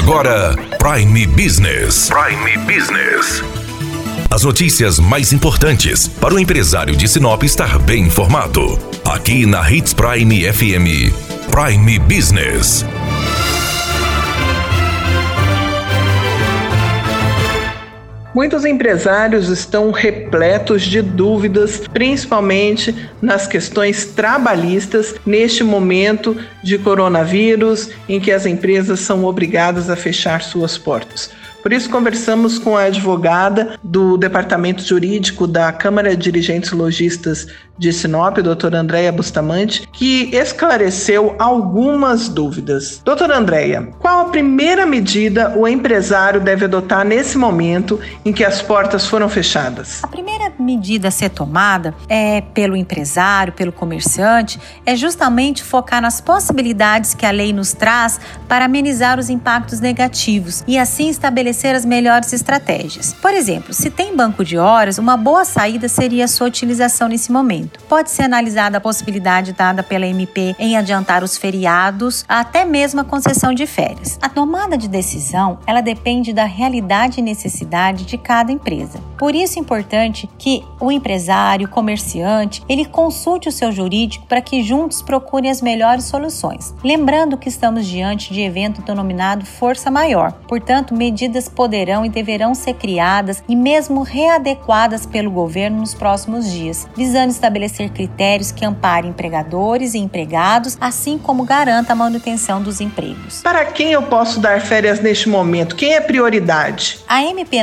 agora, Prime Business. Prime Business. As notícias mais importantes para o empresário de Sinop estar bem informado. Aqui na Hits Prime FM. Prime Business. Muitos empresários estão repletos de dúvidas, principalmente nas questões trabalhistas, neste momento de coronavírus, em que as empresas são obrigadas a fechar suas portas. Por isso, conversamos com a advogada do Departamento Jurídico da Câmara de Dirigentes Lojistas de Sinop, doutora Andréia Bustamante, que esclareceu algumas dúvidas. Doutora Andréia, qual a primeira medida o empresário deve adotar nesse momento em que as portas foram fechadas? A primeira medida a ser tomada pelo empresário, pelo comerciante, é justamente focar nas possibilidades que a lei nos traz para amenizar os impactos negativos e assim estabelecer as melhores estratégias. Por exemplo, se tem banco de horas, uma boa saída seria a sua utilização nesse momento. Pode ser analisada a possibilidade dada pela MP em adiantar os feriados, até mesmo a concessão de férias. A tomada de decisão, ela depende da realidade e necessidade de cada empresa. Por isso é importante que o empresário, o comerciante, ele consulte o seu jurídico para que juntos procurem as melhores soluções. Lembrando que estamos diante de evento denominado força maior. Portanto, medidas poderão e deverão ser criadas e mesmo readequadas pelo governo nos próximos dias, visando estabelecer critérios que amparem empregadores e empregados, assim como garanta a manutenção dos empregos. Para quem eu posso dar férias neste momento? Quem é prioridade? A MP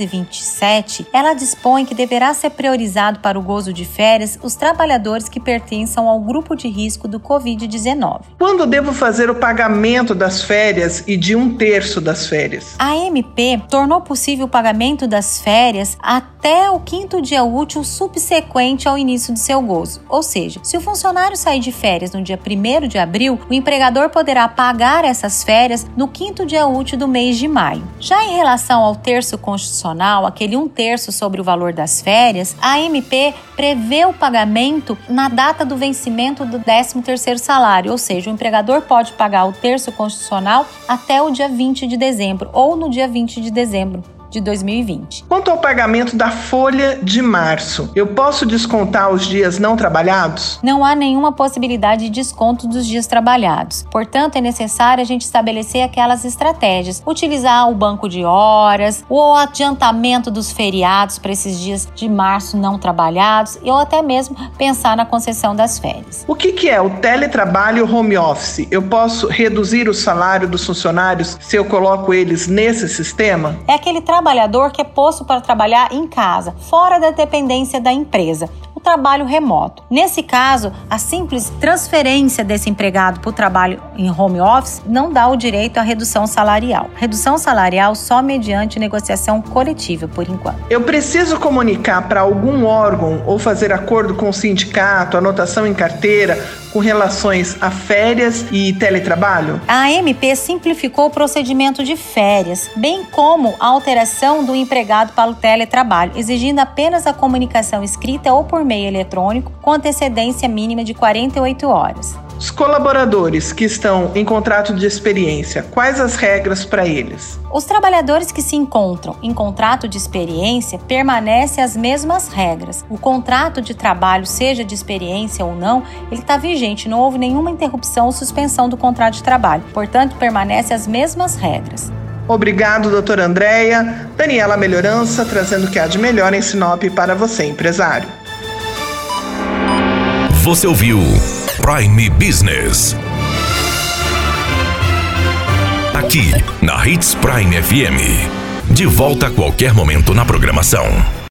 927, ela dispõe que deverá ser priorizado para o gozo de férias os trabalhadores que pertençam ao grupo de risco do Covid-19. Quando devo fazer o pagamento das férias e de 1/3 das férias? A MP tornou possível o pagamento das férias até o 5º dia útil subsequente ao início do seu gozo. Ou seja, se o funcionário sair de férias no dia 1º de abril, o empregador poderá pagar essas férias no 5º dia útil do mês de maio. Já em relação ao terço constitucional, aquele 1/3 sobre o valor das férias, a MP prevê o pagamento na data do vencimento do 13º salário, ou seja, o empregador pode pagar o terço constitucional até o dia 20 de dezembro ou no dia 20 de dezembro de 2020. Quanto ao pagamento da folha de março, eu posso descontar os dias não trabalhados? Não há nenhuma possibilidade de desconto dos dias trabalhados. Portanto, é necessário a gente estabelecer aquelas estratégias. Utilizar o banco de horas, o adiantamento dos feriados para esses dias de março não trabalhados ou até mesmo pensar na concessão das férias. O que é o teletrabalho e o home office? Eu posso reduzir o salário dos funcionários se eu coloco eles nesse sistema? É aquele trabalhador que é posto para trabalhar em casa, fora da dependência da empresa, o trabalho remoto. Nesse caso, a simples transferência desse empregado para o trabalho em home office não dá o direito à redução salarial. Redução salarial só mediante negociação coletiva, por enquanto. Eu preciso comunicar para algum órgão ou fazer acordo com o sindicato, anotação em carteira, com relações a férias e teletrabalho? A MP simplificou o procedimento de férias, bem como a alteração do empregado para o teletrabalho, exigindo apenas a comunicação escrita ou por meio eletrônico com antecedência mínima de 48 horas. Os colaboradores que estão em contrato de experiência, quais as regras para eles? Os trabalhadores que se encontram em contrato de experiência permanecem as mesmas regras. O contrato de trabalho, seja de experiência ou não, ele está vigente, não houve nenhuma interrupção ou suspensão do contrato de trabalho. Portanto, permanecem as mesmas regras. Obrigado, doutora Andréia. Daniela Melhorança, trazendo o que há de melhor em Sinop para você, empresário. Você ouviu Prime Business. Aqui, na Hits Prime FM. De volta a qualquer momento na programação.